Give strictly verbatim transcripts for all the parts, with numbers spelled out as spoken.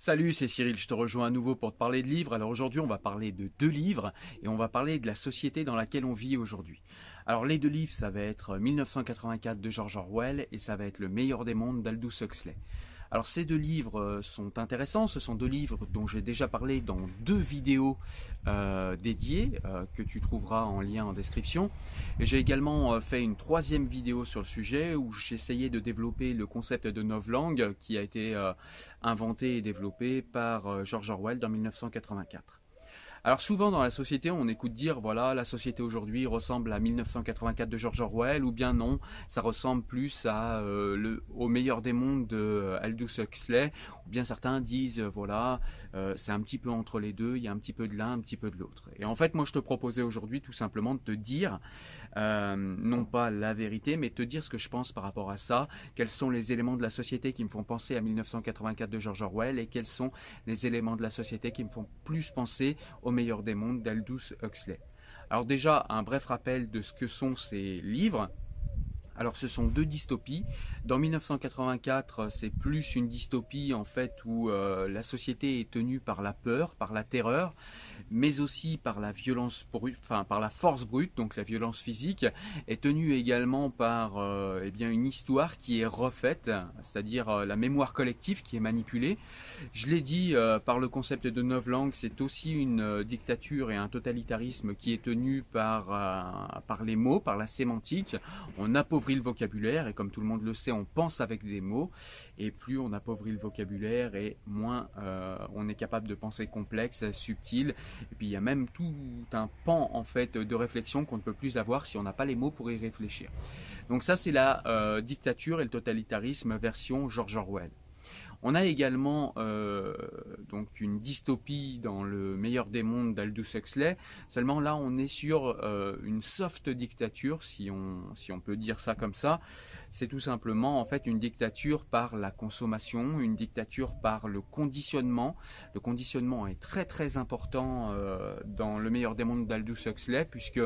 Salut, c'est Cyril, je te rejoins à nouveau pour te parler de livres. Alors aujourd'hui, on va parler de deux livres et on va parler de la société dans laquelle on vit aujourd'hui. Alors les deux livres, ça va être mille neuf cent quatre-vingt-quatre de George Orwell et ça va être Le meilleur des mondes d'Aldous Huxley. Alors ces deux livres sont intéressants, ce sont deux livres dont j'ai déjà parlé dans deux vidéos euh, dédiées euh, que tu trouveras en lien en description. Et j'ai également euh, fait une troisième vidéo sur le sujet où j'essayais de développer le concept de novlangue qui a été euh, inventé et développé par euh, George Orwell dans mille neuf cent quatre-vingt-quatre. Alors souvent dans la société, on écoute dire voilà, la société aujourd'hui ressemble à mille neuf cent quatre-vingt-quatre de George Orwell, ou bien non, ça ressemble plus à euh, le, au meilleur des mondes de euh, Aldous Huxley, ou bien certains disent euh, voilà, euh, c'est un petit peu entre les deux, il y a un petit peu de l'un, un petit peu de l'autre. Et en fait, moi je te proposais aujourd'hui tout simplement de te dire, euh, non pas la vérité, mais te dire ce que je pense par rapport à ça, quels sont les éléments de la société qui me font penser à mille neuf cent quatre-vingt-quatre de George Orwell, et quels sont les éléments de la société qui me font plus penser au meilleur des mondes d'Aldous Huxley. Alors déjà, un bref rappel de ce que sont ces livres. Alors ce sont deux dystopies. Dans mille neuf cent quatre-vingt-quatre, c'est plus une dystopie en fait où euh, la société est tenue par la peur, par la terreur, mais aussi par la violence brute, enfin par la force brute, donc la violence physique, est tenue également par euh, eh bien une histoire qui est refaite, c'est-à-dire euh, la mémoire collective qui est manipulée. Je l'ai dit euh, par le concept de novlangue, c'est aussi une euh, dictature et un totalitarisme qui est tenu par euh, par les mots, par la sémantique. On appauvrit le vocabulaire et comme tout le monde le sait, on pense avec des mots et plus on appauvrit le vocabulaire et moins euh, on est capable de penser complexe, subtil. Et puis il y a même tout un pan en fait de réflexion qu'on ne peut plus avoir si on n'a pas les mots pour y réfléchir. Donc ça c'est la euh, dictature et le totalitarisme version George Orwell. On a également euh, donc une dystopie dans Le meilleur des mondes d'Aldous Huxley. Seulement là, on est sur euh, une soft dictature, si on, si on peut dire ça comme ça. C'est tout simplement en fait une dictature par la consommation, une dictature par le conditionnement. Le conditionnement est très très important euh, dans Le meilleur des mondes d'Aldous Huxley, puisque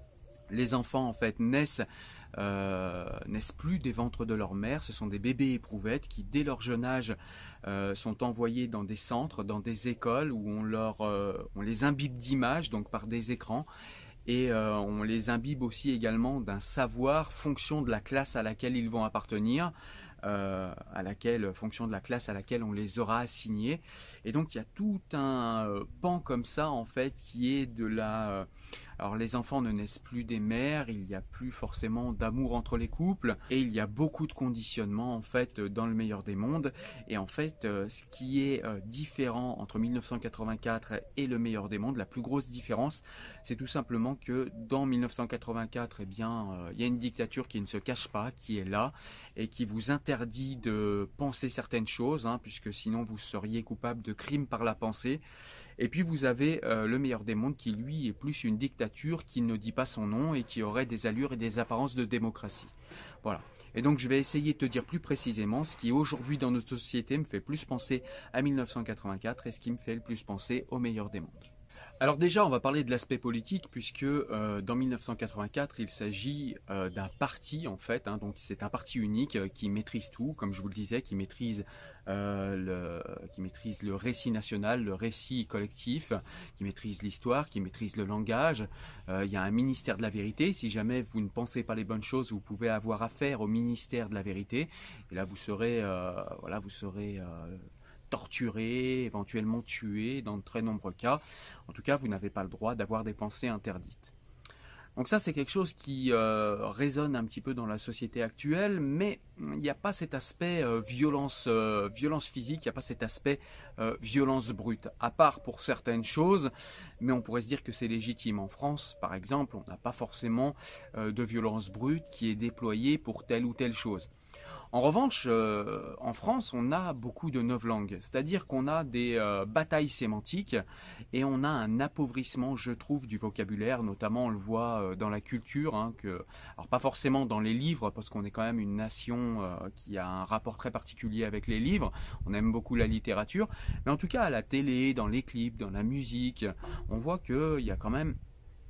les enfants en fait naissent Euh, naissent plus des ventres de leur mère, ce sont des bébés éprouvettes qui dès leur jeune âge euh, sont envoyés dans des centres, dans des écoles où on, leur, euh, on les imbibe d'images, donc par des écrans, et euh, on les imbibe aussi également d'un savoir fonction de la classe à laquelle ils vont appartenir, euh, à laquelle, fonction de la classe à laquelle on les aura assignés. Et donc il y a tout un euh, pan comme ça en fait qui est de la... Euh, alors les enfants ne naissent plus des mères, il n'y a plus forcément d'amour entre les couples et il y a beaucoup de conditionnement en fait dans Le meilleur des mondes. Et en fait euh, ce qui est euh, différent entre mille neuf cent quatre-vingt-quatre et Le meilleur des mondes, la plus grosse différence, c'est tout simplement que dans mille neuf cent quatre-vingt-quatre, eh bien, euh, il y a une dictature qui ne se cache pas, qui est là et qui vous interdit de penser certaines choses, hein, puisque sinon vous seriez coupable de crime par la pensée. Et puis vous avez euh, Le meilleur des mondes qui lui est plus une dictature qui ne dit pas son nom et qui aurait des allures et des apparences de démocratie. Voilà. Et donc je vais essayer de te dire plus précisément ce qui aujourd'hui dans notre société me fait plus penser à mille neuf cent quatre-vingt-quatre et ce qui me fait le plus penser au meilleur des mondes. Alors déjà, on va parler de l'aspect politique puisque euh, dans mille neuf cent quatre-vingt-quatre, il s'agit euh, d'un parti en fait, hein, donc c'est un parti unique euh, qui maîtrise tout, comme je vous le disais, qui maîtrise, euh, le, qui maîtrise le récit national, le récit collectif, qui maîtrise l'histoire, qui maîtrise le langage. Euh, il y a un ministère de la vérité. Si jamais vous ne pensez pas les bonnes choses, vous pouvez avoir affaire au ministère de la vérité. Et là, vous serez, euh, voilà, vous serez euh, torturé, éventuellement tué dans de très nombreux cas. En tout cas, vous n'avez pas le droit d'avoir des pensées interdites. Donc ça, c'est quelque chose qui euh, résonne un petit peu dans la société actuelle, mais il n'y a pas cet aspect euh, violence, euh, violence physique, il n'y a pas cet aspect euh, violence brute, à part pour certaines choses, mais on pourrait se dire que c'est légitime. En France, par exemple, on n'a pas forcément euh, de violence brute qui est déployée pour telle ou telle chose. En revanche, euh, en France, on a beaucoup de novlangue, c'est-à-dire qu'on a des euh, batailles sémantiques et on a un appauvrissement, je trouve, du vocabulaire, notamment on le voit euh, dans la culture, hein, que, alors pas forcément dans les livres, parce qu'on est quand même une nation euh, qui a un rapport très particulier avec les livres, on aime beaucoup la littérature, mais en tout cas à la télé, dans les clips, dans la musique, on voit qu'il y a quand même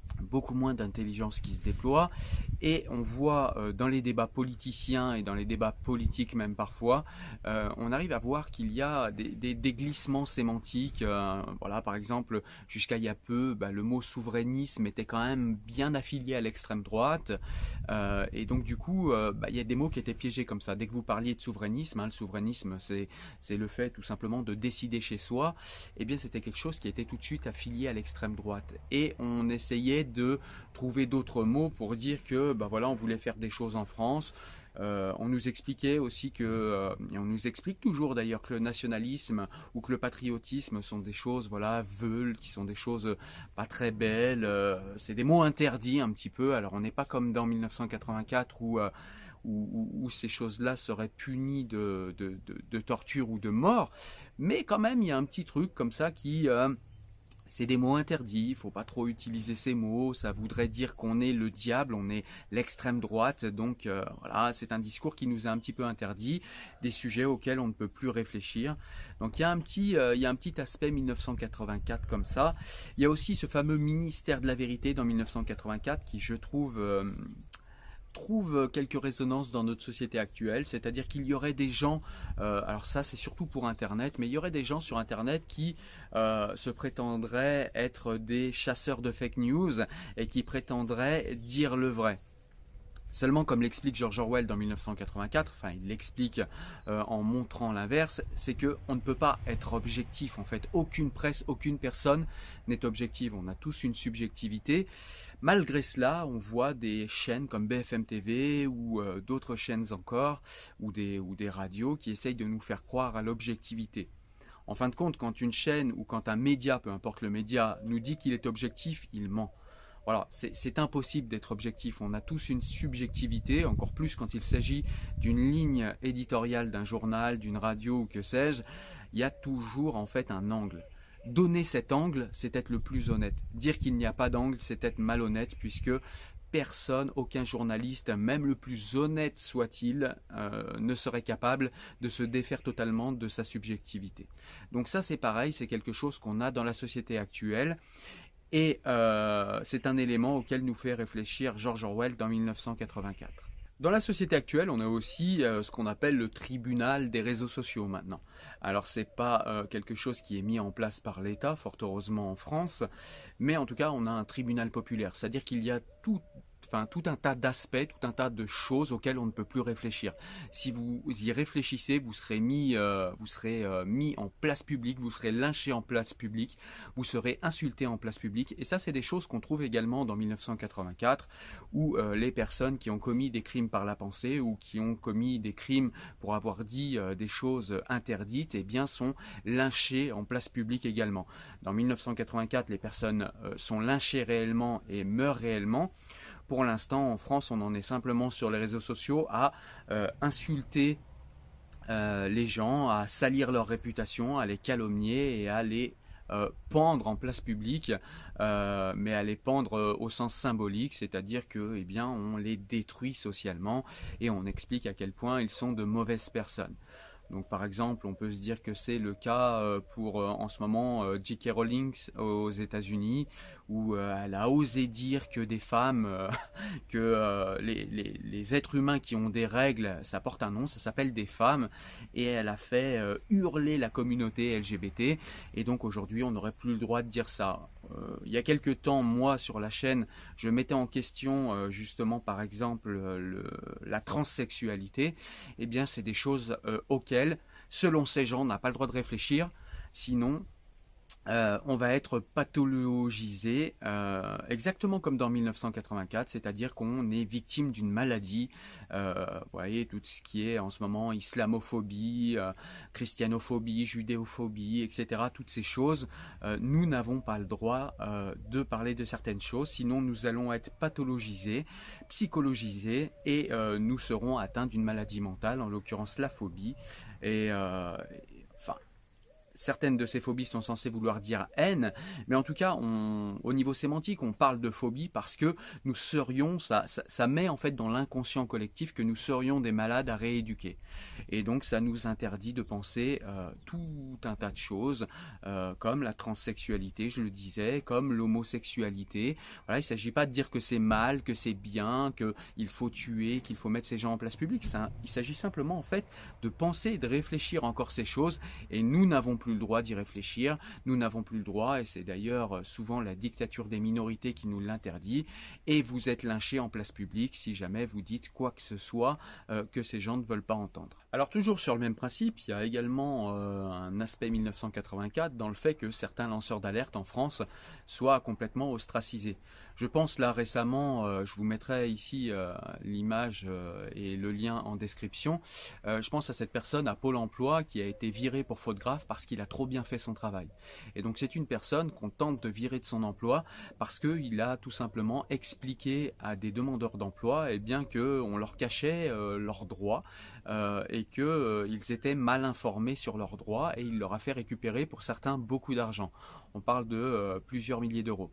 beaucoup moins d'intelligence qui se déploie, et on voit euh, dans les débats politiciens et dans les débats politiques même parfois, euh, on arrive à voir qu'il y a des, des, des glissements sémantiques. Euh, voilà, par exemple, jusqu'à il y a peu, bah, le mot souverainisme était quand même bien affilié à l'extrême droite, euh, et donc du coup, euh, bah, il y a des mots qui étaient piégés comme ça. Dès que vous parliez de souverainisme, hein, le souverainisme, c'est c'est le fait tout simplement de décider chez soi. Eh bien, c'était quelque chose qui était tout de suite affilié à l'extrême droite, et on essayait de trouver d'autres mots pour dire que ben voilà, on voulait faire des choses en France. Euh, on nous expliquait aussi que, euh, et on nous explique toujours d'ailleurs, que le nationalisme ou que le patriotisme sont des choses, voilà, veules, qui sont des choses pas très belles. Euh, c'est des mots interdits un petit peu. Alors on n'est pas comme dans mille neuf cent quatre-vingt-quatre où euh, Où, où, où ces choses-là seraient punies de, de, de, de torture ou de mort, mais quand même il y a un petit truc comme ça qui... Euh, c'est des mots interdits, il ne faut pas trop utiliser ces mots, ça voudrait dire qu'on est le diable, on est l'extrême droite, donc euh, voilà, c'est un discours qui nous est un petit peu interdit, des sujets auxquels on ne peut plus réfléchir. Donc il y a un petit, euh, il y a un petit aspect mille neuf cent quatre-vingt-quatre comme ça. Il y a aussi ce fameux ministère de la vérité dans mille neuf cent quatre-vingt-quatre qui, je trouve... Euh, trouve quelques résonances dans notre société actuelle, c'est-à-dire qu'il y aurait des gens, euh, alors ça c'est surtout pour Internet, mais il y aurait des gens sur Internet qui euh, se prétendraient être des chasseurs de fake news et qui prétendraient dire le vrai. Seulement, comme l'explique George Orwell dans mille neuf cent quatre-vingt-quatre, enfin il l'explique euh, en montrant l'inverse, c'est qu'on ne peut pas être objectif. En fait, aucune presse, aucune personne n'est objective. On a tous une subjectivité. Malgré cela, on voit des chaînes comme B F M T V ou euh, d'autres chaînes encore, ou des, ou des radios qui essayent de nous faire croire à l'objectivité. En fin de compte, quand une chaîne ou quand un média, peu importe le média, nous dit qu'il est objectif, il ment. Voilà, c'est impossible d'être objectif, on a tous une subjectivité, encore plus quand il s'agit d'une ligne éditoriale d'un journal, d'une radio ou que sais-je, il y a toujours en fait un angle. Donner cet angle, c'est être le plus honnête. Dire qu'il n'y a pas d'angle, c'est être malhonnête, puisque personne, aucun journaliste, même le plus honnête soit-il, euh, ne serait capable de se défaire totalement de sa subjectivité. Donc ça c'est pareil, c'est quelque chose qu'on a dans la société actuelle. Et euh, c'est un élément auquel nous fait réfléchir George Orwell dans mille neuf cent quatre-vingt-quatre. Dans la société actuelle, on a aussi euh, ce qu'on appelle le tribunal des réseaux sociaux maintenant. Alors c'est pas euh, quelque chose qui est mis en place par l'État, fort heureusement en France, mais en tout cas on a un tribunal populaire, c'est-à-dire qu'il y a tout... Enfin, tout un tas d'aspects, tout un tas de choses auxquelles on ne peut plus réfléchir. Si vous y réfléchissez, vous serez mis, euh, vous serez euh, mis en place publique, vous serez lynché en place publique, vous serez insulté en place publique. Et ça, c'est des choses qu'on trouve également dans mille neuf cent quatre-vingt-quatre, où euh, les personnes qui ont commis des crimes par la pensée ou qui ont commis des crimes pour avoir dit euh, des choses interdites, eh bien, sont lynchées en place publique également. Dans mille neuf cent quatre-vingt-quatre, les personnes euh, sont lynchées réellement et meurent réellement. Pour l'instant, en France, on en est simplement sur les réseaux sociaux à euh, insulter euh, les gens, à salir leur réputation, à les calomnier et à les euh, pendre en place publique, euh, mais à les pendre euh, au sens symbolique, c'est-à-dire que, eh bien, on les détruit socialement et on explique à quel point ils sont de mauvaises personnes. Donc par exemple, on peut se dire que c'est le cas pour en ce moment J K Rowling aux États-Unis, où elle a osé dire que des femmes, que les, les, les êtres humains qui ont des règles, ça porte un nom, ça s'appelle des femmes, et elle a fait hurler la communauté L G B T, et donc aujourd'hui on n'aurait plus le droit de dire ça. Euh, il y a quelques temps, moi sur la chaîne, je mettais en question euh, justement par exemple le, la transsexualité. Eh bien c'est des choses euh, auxquelles, selon ces gens, on n'a pas le droit de réfléchir, sinon euh, on va être pathologisé, euh, exactement comme dans mille neuf cent quatre-vingt-quatre, c'est-à-dire qu'on est victime d'une maladie. Euh, vous voyez, tout ce qui est en ce moment islamophobie, euh, christianophobie, judéophobie, et cetera. Toutes ces choses, euh, nous n'avons pas le droit euh, de parler de certaines choses, sinon nous allons être pathologisés, psychologisés, et euh, nous serons atteints d'une maladie mentale, en l'occurrence la phobie. Et euh, enfin... certaines de ces phobies sont censées vouloir dire haine, mais en tout cas, on, au niveau sémantique, on parle de phobie parce que nous serions, ça, ça, ça met en fait dans l'inconscient collectif que nous serions des malades à rééduquer. Et donc, ça nous interdit de penser euh, tout un tas de choses, euh, comme la transsexualité, je le disais, comme l'homosexualité. Voilà, il ne s'agit pas de dire que c'est mal, que c'est bien, qu'il faut tuer, qu'il faut mettre ces gens en place publique. Ça, il s'agit simplement en fait de penser et de réfléchir encore ces choses, et nous n'avons plus le droit d'y réfléchir, nous n'avons plus le droit, et c'est d'ailleurs souvent la dictature des minorités qui nous l'interdit, et vous êtes lynché en place publique si jamais vous dites quoi que ce soit euh, que ces gens ne veulent pas entendre. Alors toujours sur le même principe, il y a également euh, un aspect mille neuf cent quatre-vingt-quatre dans le fait que certains lanceurs d'alerte en France soient complètement ostracisés. Je pense là récemment, euh, je vous mettrai ici euh, l'image euh, et le lien en description, euh, je pense à cette personne à Pôle emploi qui a été virée pour faute grave parce qu'il a trop bien fait son travail. Et donc c'est une personne qu'on tente de virer de son emploi parce qu'il a tout simplement expliqué à des demandeurs d'emploi eh bien qu'on leur cachait euh, leurs droits euh, et qu'ils euh, étaient mal informés sur leurs droits, et il leur a fait récupérer pour certains beaucoup d'argent. On parle de euh, plusieurs milliers d'euros.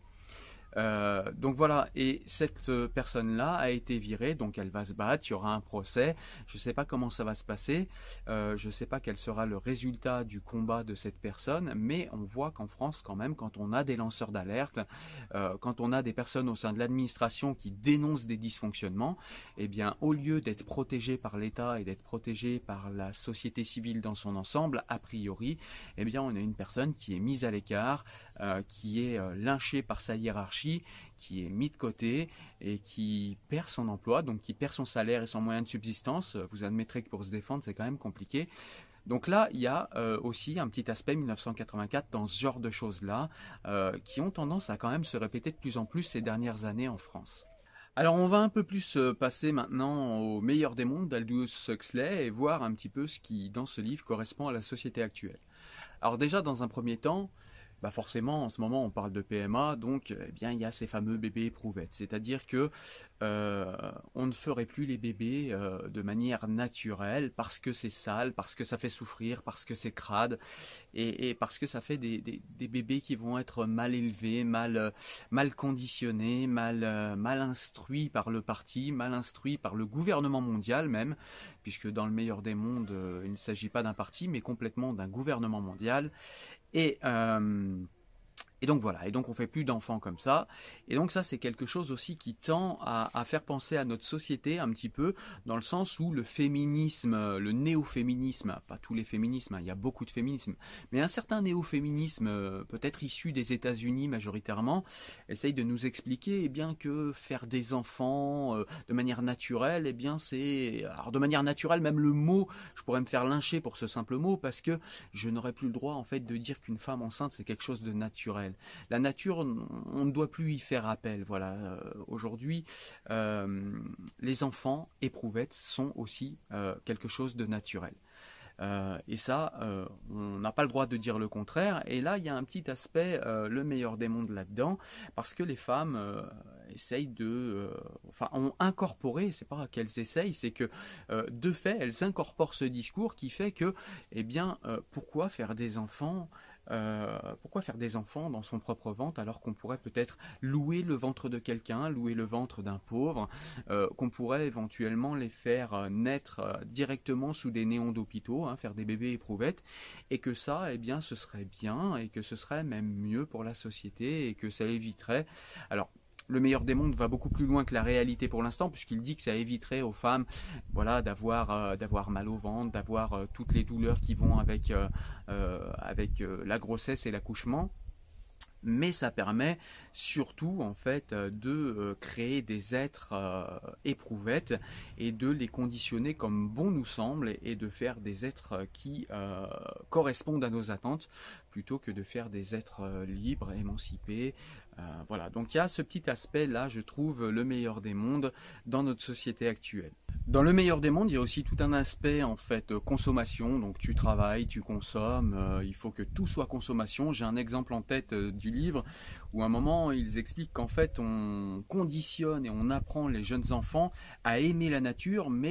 Euh, donc voilà, et cette personne-là a été virée, donc elle va se battre, il y aura un procès, je ne sais pas comment ça va se passer, euh, je ne sais pas quel sera le résultat du combat de cette personne, mais on voit qu'en France quand même, quand on a des lanceurs d'alerte, euh, quand on a des personnes au sein de l'administration qui dénoncent des dysfonctionnements, eh bien au lieu d'être protégé par l'État et d'être protégé par la société civile dans son ensemble, a priori, eh bien on a une personne qui est mise à l'écart, euh, qui est euh, lynchée par sa hiérarchie, qui est mis de côté et qui perd son emploi, donc qui perd son salaire et son moyen de subsistance. Vous admettrez que pour se défendre, c'est quand même compliqué. Donc là, il y a euh, aussi un petit aspect mille neuf cent quatre-vingt-quatre dans ce genre de choses-là, euh, qui ont tendance à quand même se répéter de plus en plus ces dernières années en France. Alors on va un peu plus passer maintenant au meilleur des mondes d'Aldous Huxley et voir un petit peu ce qui, dans ce livre, correspond à la société actuelle. Alors déjà, dans un premier temps, bah forcément, en ce moment, on parle de P M A, donc eh bien, il y a ces fameux bébés éprouvettes. C'est-à-dire que euh, on ne ferait plus les bébés euh, de manière naturelle parce que c'est sale, parce que ça fait souffrir, parce que c'est crade, et, et parce que ça fait des, des, des bébés qui vont être mal élevés, mal, mal conditionnés, mal, mal instruits par le parti, mal instruits par le gouvernement mondial même, puisque dans le meilleur des mondes, euh, il ne s'agit pas d'un parti, mais complètement d'un gouvernement mondial. Et, euh, et donc voilà, et donc on fait plus d'enfants comme ça, et donc ça c'est quelque chose aussi qui tend à, à faire penser à notre société un petit peu, dans le sens où le féminisme, le néo-féminisme, pas tous les féminismes, hein, il y a beaucoup de féminisme, mais un certain néo-féminisme, euh, peut-être issu des États-Unis majoritairement, essaye de nous expliquer eh bien, que faire des enfants euh, de manière naturelle, eh bien c'est, alors de manière naturelle, même le mot, je pourrais me faire lyncher pour ce simple mot, parce que je n'aurais plus le droit en fait de dire qu'une femme enceinte c'est quelque chose de naturel. La nature, on ne doit plus y faire appel. Voilà. Euh, aujourd'hui, euh, les enfants éprouvettes sont aussi euh, quelque chose de naturel. Euh, et ça, euh, on n'a pas le droit de dire le contraire. Et là, il y a un petit aspect, euh, le meilleur des mondes là-dedans, parce que les femmes euh, essayent de, euh, enfin, ont incorporé, c'est pas qu'elles essayent, c'est que euh, de fait, elles incorporent ce discours qui fait que, eh bien, euh, pourquoi faire des enfants Euh, pourquoi faire des enfants dans son propre ventre alors qu'on pourrait peut-être louer le ventre de quelqu'un, louer le ventre d'un pauvre, euh, qu'on pourrait éventuellement les faire euh, naître euh, directement sous des néons d'hôpitaux, hein, faire des bébés éprouvettes, et que ça, eh bien, ce serait bien, et que ce serait même mieux pour la société, et que ça éviterait... Alors, le meilleur des mondes va beaucoup plus loin que la réalité pour l'instant, puisqu'il dit que ça éviterait aux femmes voilà, d'avoir euh, d'avoir mal au ventre, d'avoir euh, toutes les douleurs qui vont avec, euh, euh, avec euh, la grossesse et l'accouchement. Mais ça permet surtout en fait de euh, créer des êtres euh, éprouvettes et de les conditionner comme bon nous semble, et de faire des êtres qui euh, correspondent à nos attentes, plutôt que de faire des êtres euh, libres, émancipés. Euh, voilà, donc il y a ce petit aspect là, je trouve, le meilleur des mondes dans notre société actuelle. Dans le meilleur des mondes, il y a aussi tout un aspect en fait consommation, donc tu travailles, tu consommes, euh, il faut que tout soit consommation. J'ai un exemple en tête euh, du livre où à un moment ils expliquent qu'en fait on conditionne et on apprend les jeunes enfants à aimer la nature, mais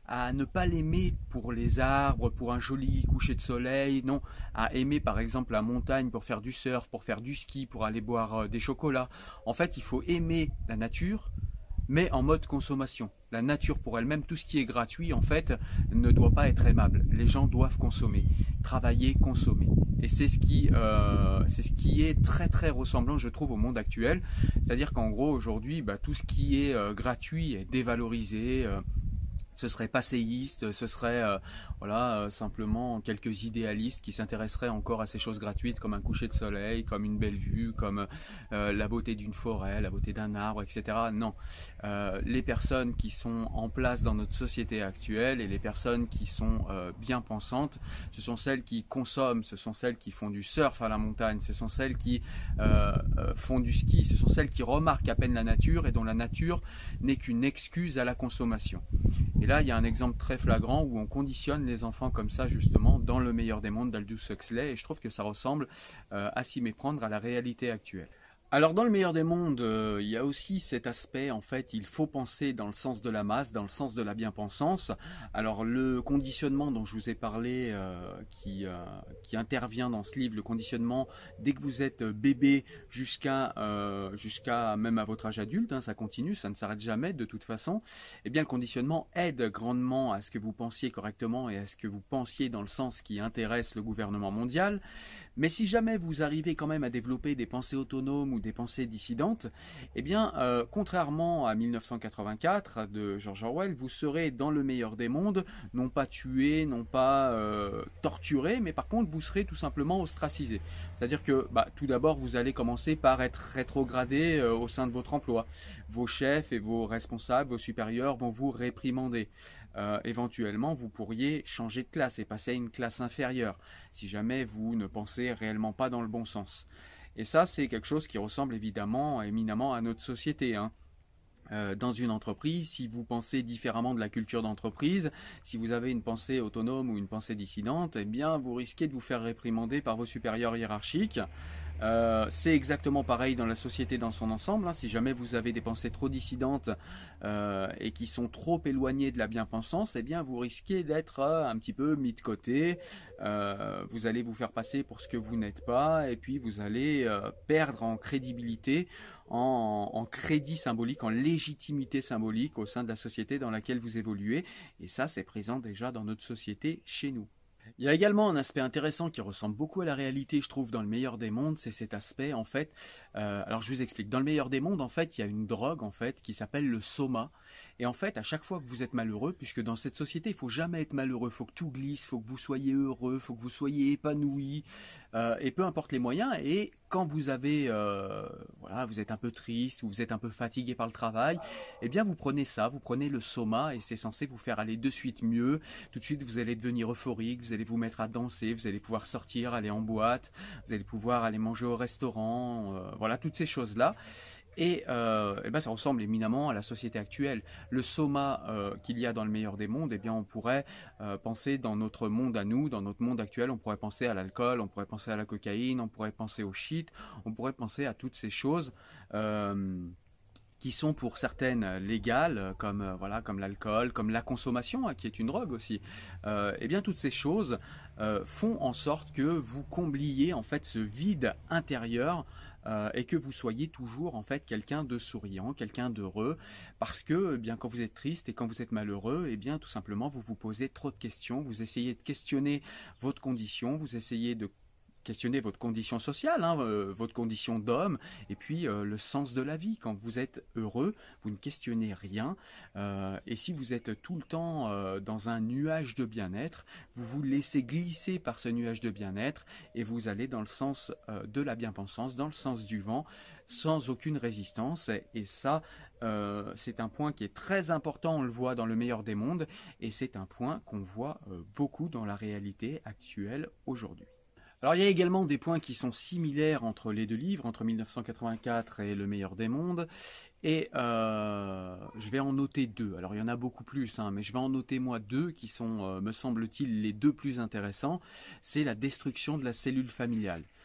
à ne pas l'aimer pour les arbres, pour un joli coucher de soleil, non, à aimer par exemple la montagne pour faire du surf, pour faire du ski, pour aller boire euh, des chocolats. En fait, il faut aimer la nature, mais en mode consommation. La nature pour elle-même, tout ce qui est gratuit, en fait, ne doit pas être aimable. Les gens doivent consommer, travailler, consommer. Et c'est ce qui, euh, c'est ce qui est très très ressemblant, je trouve, au monde actuel. C'est-à-dire qu'en gros, aujourd'hui, bah, tout ce qui est euh, gratuit est dévalorisé. Euh, ce serait passéiste, ce serait euh, voilà, euh, simplement quelques idéalistes qui s'intéresseraient encore à ces choses gratuites comme un coucher de soleil, comme une belle vue, comme euh, la beauté d'une forêt, la beauté d'un arbre, et cetera. Non, euh, les personnes qui sont en place dans notre société actuelle et les personnes qui sont euh, bien pensantes, ce sont celles qui consomment, ce sont celles qui font du surf à la montagne, ce sont celles qui euh, euh, font du ski, ce sont celles qui remarquent à peine la nature et dont la nature n'est qu'une excuse à la consommation. Et là, il y a un exemple très flagrant où on conditionne les enfants comme ça, justement, dans Le meilleur des mondes d'Aldous Huxley, et je trouve que ça ressemble euh, à s'y méprendre à la réalité actuelle. Alors dans Le meilleur des mondes, euh, il y a aussi cet aspect, en fait, il faut penser dans le sens de la masse, dans le sens de la bien-pensance. Alors le conditionnement dont je vous ai parlé, euh, qui, euh, qui intervient dans ce livre, le conditionnement dès que vous êtes bébé jusqu'à euh, jusqu'à même à votre âge adulte, hein, ça continue, ça ne s'arrête jamais de toute façon, eh bien le conditionnement aide grandement à ce que vous pensiez correctement et à ce que vous pensiez dans le sens qui intéresse le gouvernement mondial. Mais si jamais vous arrivez quand même à développer des pensées autonomes ou des pensées dissidentes, eh bien, euh, contrairement à mille neuf cent quatre-vingt-quatre de George Orwell, vous serez dans le meilleur des mondes, non pas tué, non pas euh, torturé, mais par contre, vous serez tout simplement ostracisé. C'est-à-dire que, bah, tout d'abord, vous allez commencer par être rétrogradé euh, au sein de votre emploi. Vos chefs et vos responsables, vos supérieurs vont vous réprimander. Euh, éventuellement, vous pourriez changer de classe et passer à une classe inférieure, si jamais vous ne pensez réellement pas dans le bon sens. Et ça, c'est quelque chose qui ressemble évidemment, éminemment à notre société, hein. Euh, dans une entreprise, si vous pensez différemment de la culture d'entreprise, si vous avez une pensée autonome ou une pensée dissidente, eh bien, vous risquez de vous faire réprimander par vos supérieurs hiérarchiques. Euh, c'est exactement pareil dans la société dans son ensemble, hein. Si jamais vous avez des pensées trop dissidentes euh, et qui sont trop éloignées de la bien-pensance, eh bien vous risquez d'être euh, un petit peu mis de côté. Euh, vous allez vous faire passer pour ce que vous n'êtes pas, et puis vous allez euh, perdre en crédibilité, en, en crédit symbolique, en légitimité symbolique au sein de la société dans laquelle vous évoluez. Et ça, c'est présent déjà dans notre société chez nous. Il y a également un aspect intéressant qui ressemble beaucoup à la réalité, je trouve, dans Le meilleur des mondes, c'est cet aspect, en fait, euh, alors je vous explique, dans Le meilleur des mondes, en fait, il y a une drogue, en fait, qui s'appelle le soma, et en fait, à chaque fois que vous êtes malheureux, puisque dans cette société, il faut jamais être malheureux, il faut que tout glisse, il faut que vous soyez heureux, il faut que vous soyez épanoui, euh, et peu importe les moyens, et quand vous avez, euh, voilà, vous êtes un peu triste, ou vous êtes un peu fatigué par le travail, eh bien vous prenez ça, vous prenez le soma, et c'est censé vous faire aller de suite mieux, tout de suite vous allez devenir euphorique, vous allez vous mettre à danser, vous allez pouvoir sortir, aller en boîte, vous allez pouvoir aller manger au restaurant, euh, voilà, toutes ces choses-là. Et, euh, et ben ça ressemble éminemment à la société actuelle. Le soma euh, qu'il y a dans Le meilleur des mondes, eh bien on pourrait euh, penser dans notre monde à nous, dans notre monde actuel, on pourrait penser à l'alcool, on pourrait penser à la cocaïne, on pourrait penser au shit, on pourrait penser à toutes ces choses euh, qui sont pour certaines légales, comme euh, voilà, comme l'alcool, comme la consommation, hein, qui est une drogue aussi. Euh, et bien toutes ces choses euh, font en sorte que vous combliez en fait ce vide intérieur. Euh, et que vous soyez toujours en fait quelqu'un de souriant, quelqu'un d'heureux, parce que eh bien quand vous êtes triste et quand vous êtes malheureux, et eh bien tout simplement vous vous posez trop de questions, vous essayez de questionner votre condition, vous essayez de questionner votre condition sociale, hein, euh, votre condition d'homme, et puis euh, le sens de la vie. Quand vous êtes heureux, vous ne questionnez rien, euh, et si vous êtes tout le temps euh, dans un nuage de bien-être, vous vous laissez glisser par ce nuage de bien-être, et vous allez dans le sens euh, de la bien-pensance, dans le sens du vent, sans aucune résistance, et, et ça, euh, c'est un point qui est très important, on le voit dans Le meilleur des mondes, et c'est un point qu'on voit euh, beaucoup dans la réalité actuelle aujourd'hui. Alors il y a également des points qui sont similaires entre les deux livres, entre mille neuf cent quatre-vingt-quatre et Le meilleur des mondes, et euh, je vais en noter deux. Alors il y en a beaucoup plus, hein, mais je vais en noter moi deux qui sont, euh, me semble-t-il, les deux plus intéressants. C'est la destruction de la cellule familiale.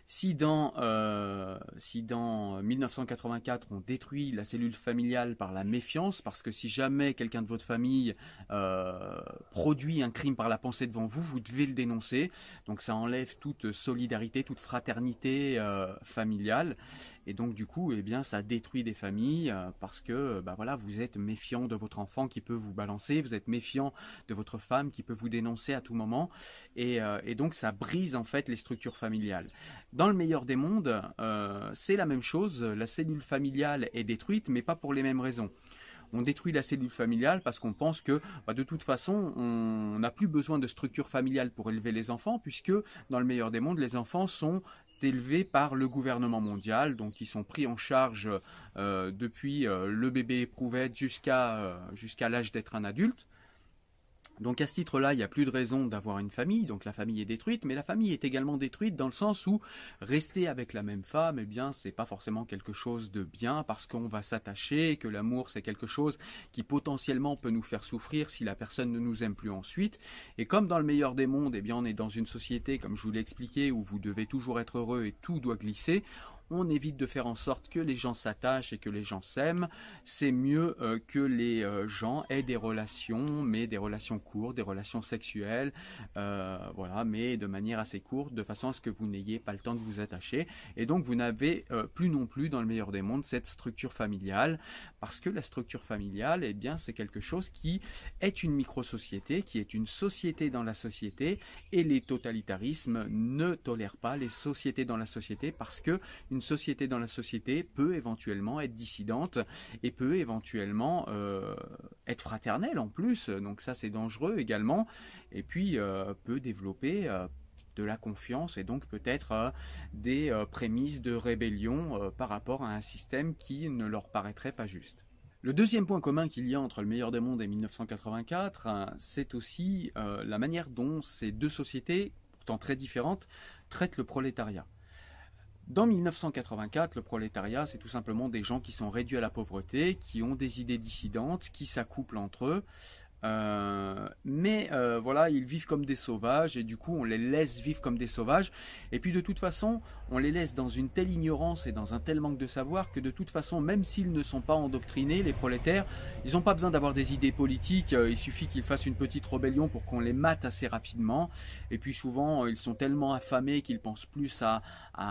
Si dans, euh, si dans mille neuf cent quatre-vingt-quatre on détruit la cellule familiale par la méfiance, parce que si jamais quelqu'un de votre famille euh, produit un crime par la pensée devant vous, vous devez le dénoncer. Donc ça enlève toute solidarité, toute fraternité euh, familiale. Et donc du coup, eh bien, ça détruit des familles euh, parce que bah, voilà, vous êtes méfiant de votre enfant qui peut vous balancer, vous êtes méfiant de votre femme qui peut vous dénoncer à tout moment. Et, euh, et donc ça brise en fait les structures familiales. Dans le meilleur des mondes, euh, c'est la même chose, la cellule familiale est détruite, mais pas pour les mêmes raisons. On détruit la cellule familiale parce qu'on pense que bah, de toute façon, on n'a plus besoin de structure familiale pour élever les enfants, puisque dans le meilleur des mondes, les enfants sont élevés par le gouvernement mondial, donc ils sont pris en charge euh, depuis euh, le bébé éprouvette jusqu'à euh, jusqu'à l'âge d'être un adulte. Donc à ce titre-là, il n'y a plus de raison d'avoir une famille, donc la famille est détruite, mais la famille est également détruite dans le sens où rester avec la même femme, eh bien, c'est pas forcément quelque chose de bien parce qu'on va s'attacher, que l'amour c'est quelque chose qui potentiellement peut nous faire souffrir si la personne ne nous aime plus ensuite. Et comme dans le meilleur des mondes, eh bien, on est dans une société, comme je vous l'ai expliqué, où vous devez toujours être heureux et tout doit glisser. On évite de faire en sorte que les gens s'attachent et que les gens s'aiment. C'est mieux euh, que les euh, gens aient des relations, mais des relations courtes, des relations sexuelles, euh, voilà, mais de manière assez courte, de façon à ce que vous n'ayez pas le temps de vous attacher. Et donc vous n'avez euh, plus non plus, dans le meilleur des mondes, cette structure familiale, parce que la structure familiale, eh bien, c'est quelque chose qui est une micro-société, qui est une société dans la société, et les totalitarismes ne tolèrent pas les sociétés dans la société, parce que une société dans la société peut éventuellement être dissidente et peut éventuellement euh, être fraternelle en plus, donc ça c'est dangereux également, et puis euh, peut développer euh, de la confiance et donc peut-être euh, des euh, prémices de rébellion euh, par rapport à un système qui ne leur paraîtrait pas juste. Le deuxième point commun qu'il y a entre le meilleur des mondes et mille neuf cent quatre-vingt-quatre, hein, c'est aussi euh, la manière dont ces deux sociétés, pourtant très différentes, traitent le prolétariat. Dans mille neuf cent quatre-vingt-quatre, le prolétariat, c'est tout simplement des gens qui sont réduits à la pauvreté, qui ont des idées dissidentes, qui s'accouplent entre eux. Euh, mais euh, voilà, ils vivent comme des sauvages et du coup on les laisse vivre comme des sauvages, et puis de toute façon on les laisse dans une telle ignorance et dans un tel manque de savoir que de toute façon, même s'ils ne sont pas endoctrinés, les prolétaires, ils n'ont pas besoin d'avoir des idées politiques, il suffit qu'ils fassent une petite rébellion pour qu'on les mate assez rapidement, et puis souvent ils sont tellement affamés qu'ils pensent plus à,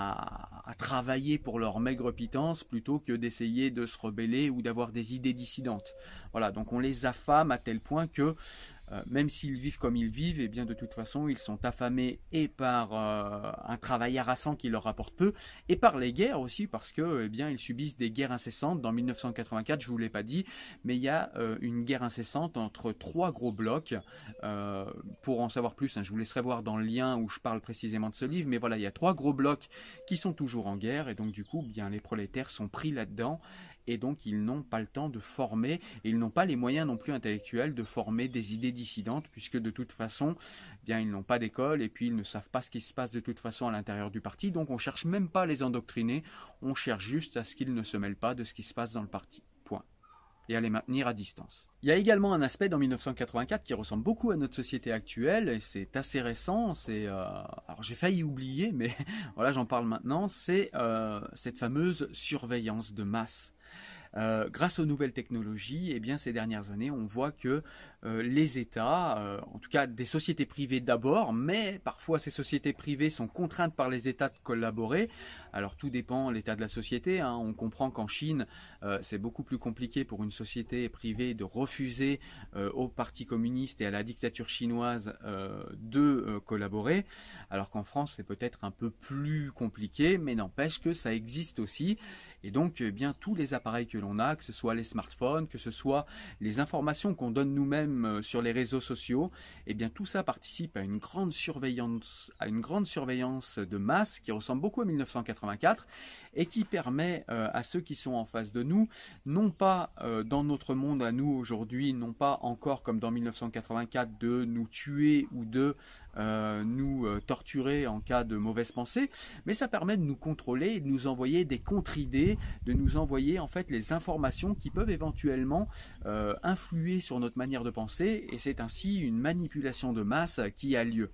à, à travailler pour leur maigre pitance plutôt que d'essayer de se rebeller ou d'avoir des idées dissidentes. Voilà, donc on les affame à tel point que euh, même s'ils vivent comme ils vivent, eh bien de toute façon ils sont affamés et par euh, un travail harassant qui leur rapporte peu, et par les guerres aussi, parce que eh bien ils subissent des guerres incessantes. Dans mille neuf cent quatre-vingt-quatre, je vous l'ai pas dit, mais il y a euh, une guerre incessante entre trois gros blocs. Euh, pour en savoir plus, hein, je vous laisserai voir dans le lien où je parle précisément de ce livre, mais voilà, il y a trois gros blocs qui sont toujours en guerre, et donc du coup, bien les prolétaires sont pris là-dedans. Et donc ils n'ont pas le temps de former, et ils n'ont pas les moyens non plus intellectuels de former des idées dissidentes, puisque de toute façon, eh bien ils n'ont pas d'école, et puis ils ne savent pas ce qui se passe de toute façon à l'intérieur du parti, donc on ne cherche même pas à les endoctriner, on cherche juste à ce qu'ils ne se mêlent pas de ce qui se passe dans le parti, point. Et à les maintenir à distance. Il y a également un aspect dans mille neuf cent quatre-vingt-quatre qui ressemble beaucoup à notre société actuelle, et c'est assez récent, c'est, euh, alors j'ai failli oublier, mais voilà, j'en parle maintenant, c'est euh, cette fameuse surveillance de masse. Euh, grâce aux nouvelles technologies, eh bien, ces dernières années, on voit que euh, les États, euh, en tout cas des sociétés privées d'abord, mais parfois ces sociétés privées sont contraintes par les États de collaborer. Alors tout dépend de l'état de la société, hein. On comprend qu'en Chine, euh, c'est beaucoup plus compliqué pour une société privée de refuser euh, au Parti communiste et à la dictature chinoise euh, de euh, collaborer, alors qu'en France, c'est peut-être un peu plus compliqué, mais n'empêche que ça existe aussi. Et donc, eh bien, tous les appareils que l'on a, que ce soit les smartphones, que ce soit les informations qu'on donne nous-mêmes sur les réseaux sociaux, eh bien, tout ça participe à une grande surveillance, à une grande surveillance de masse qui ressemble beaucoup à mille neuf cent quatre-vingt-quatre et qui permet euh, à ceux qui sont en face de nous, non pas euh, dans notre monde à nous aujourd'hui, non pas encore comme dans mille neuf cent quatre-vingt-quatre de nous tuer ou de euh, nous euh, torturer en cas de mauvaise pensée, mais ça permet de nous contrôler et de nous envoyer des contre-idées, de nous envoyer en fait les informations qui peuvent éventuellement euh, influer sur notre manière de penser, et c'est ainsi une manipulation de masse qui a lieu.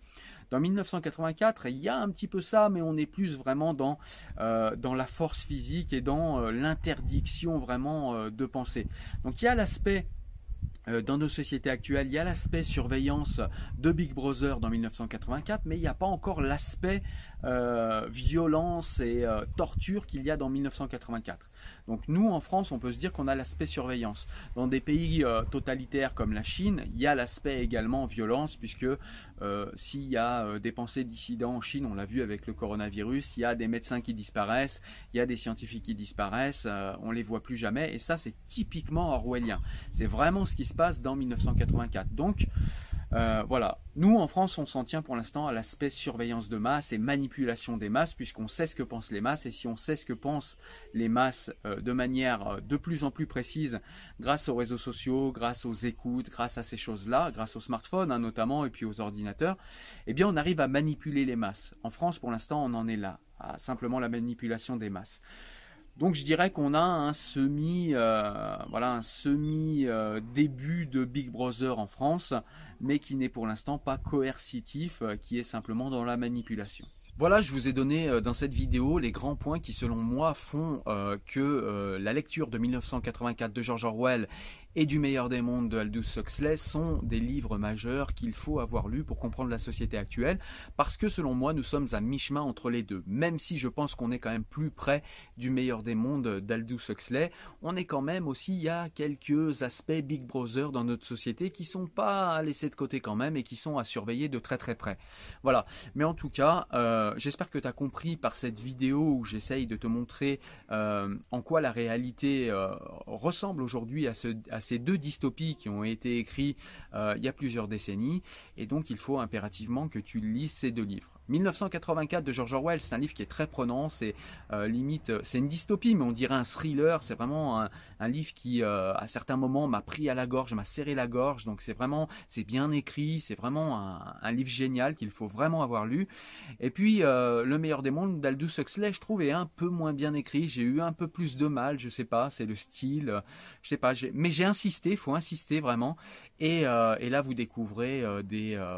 Dans mille neuf cent quatre-vingt-quatre, il y a un petit peu ça, mais on est plus vraiment dans, euh, dans la force physique et dans euh, l'interdiction vraiment euh, de penser. Donc il y a l'aspect Euh, dans nos sociétés actuelles, il y a l'aspect surveillance de Big Brother dans mille neuf cent quatre-vingt-quatre, mais il n'y a pas encore l'aspect euh, violence et euh, torture qu'il y a dans mille neuf cent quatre-vingt-quatre. Donc nous, en France, on peut se dire qu'on a l'aspect surveillance. Dans des pays euh, totalitaires comme la Chine, il y a l'aspect également violence, puisque euh, s'il y a euh, des pensées dissidents en Chine, on l'a vu avec le coronavirus, il y a des médecins qui disparaissent, il y a des scientifiques qui disparaissent, euh, on ne les voit plus jamais, et ça c'est typiquement orwellien. C'est vraiment ce qui se passe dans mille neuf cent quatre-vingt-quatre. Donc euh, voilà, nous en France on s'en tient pour l'instant à l'aspect surveillance de masse et manipulation des masses, puisqu'on sait ce que pensent les masses, et si on sait ce que pensent les masses euh, de manière euh, de plus en plus précise grâce aux réseaux sociaux, grâce aux écoutes, grâce à ces choses-là, grâce aux smartphones hein, notamment, et puis aux ordinateurs, eh bien on arrive à manipuler les masses. En France pour l'instant on en est là, à simplement la manipulation des masses. Donc je dirais qu'on a un semi, euh, voilà, un semi euh, début de Big Brother en France, mais qui n'est pour l'instant pas coercitif, euh, qui est simplement dans la manipulation. Voilà, je vous ai donné euh, dans cette vidéo les grands points qui selon moi font euh, que euh, la lecture de mille neuf cent quatre-vingt-quatre de George Orwell et du meilleur des mondes de Aldous Huxley sont des livres majeurs qu'il faut avoir lus pour comprendre la société actuelle, parce que selon moi nous sommes à mi-chemin entre les deux. Même si je pense qu'on est quand même plus près du meilleur des mondes d'Aldous Huxley, on est quand même aussi, il y a quelques aspects Big Brother dans notre société qui sont pas laissés de côté quand même et qui sont à surveiller de très très près. Voilà, mais en tout cas, euh, j'espère que tu as compris par cette vidéo où j'essaye de te montrer euh, en quoi la réalité euh, ressemble aujourd'hui à ce à ces deux dystopies qui ont été écrites euh, il y a plusieurs décennies, et donc il faut impérativement que tu lises ces deux livres. mille neuf cent quatre-vingt-quatre de George Orwell, c'est un livre qui est très prenant, c'est euh, limite, c'est une dystopie, mais on dirait un thriller, c'est vraiment un, un livre qui, euh, à certains moments, m'a pris à la gorge, m'a serré la gorge, donc c'est vraiment, c'est bien écrit, c'est vraiment un, un livre génial qu'il faut vraiment avoir lu. Et puis, euh, Le meilleur des mondes d'Aldous Huxley, je trouve, est un peu moins bien écrit, j'ai eu un peu plus de mal, je sais pas, c'est le style, euh, je sais pas, mais j'ai insisté, il faut insister vraiment, et, euh, et là vous découvrez euh, des... Euh,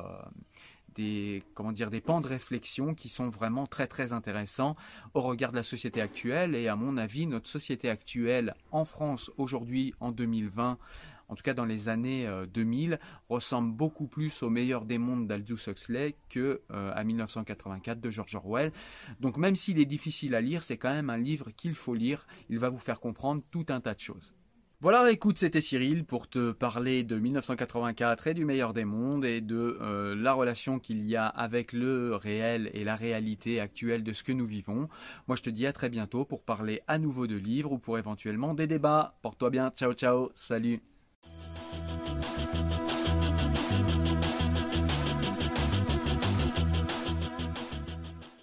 Des, comment dire, des pans de réflexion qui sont vraiment très très intéressants au regard de la société actuelle. Et à mon avis, notre société actuelle en France aujourd'hui en deux mille vingt, en tout cas dans les années deux mille, ressemble beaucoup plus au meilleur des mondes d'Aldous Huxley que euh, à mille neuf cent quatre-vingt-quatre de George Orwell. Donc même s'il est difficile à lire, c'est quand même un livre qu'il faut lire. Il va vous faire comprendre tout un tas de choses. Voilà, écoute, c'était Cyril pour te parler de mille neuf cent quatre-vingt-quatre et du meilleur des mondes et de euh, la relation qu'il y a avec le réel et la réalité actuelle de ce que nous vivons. Moi, je te dis à très bientôt pour parler à nouveau de livres ou pour éventuellement des débats. Porte-toi bien, ciao ciao, salut.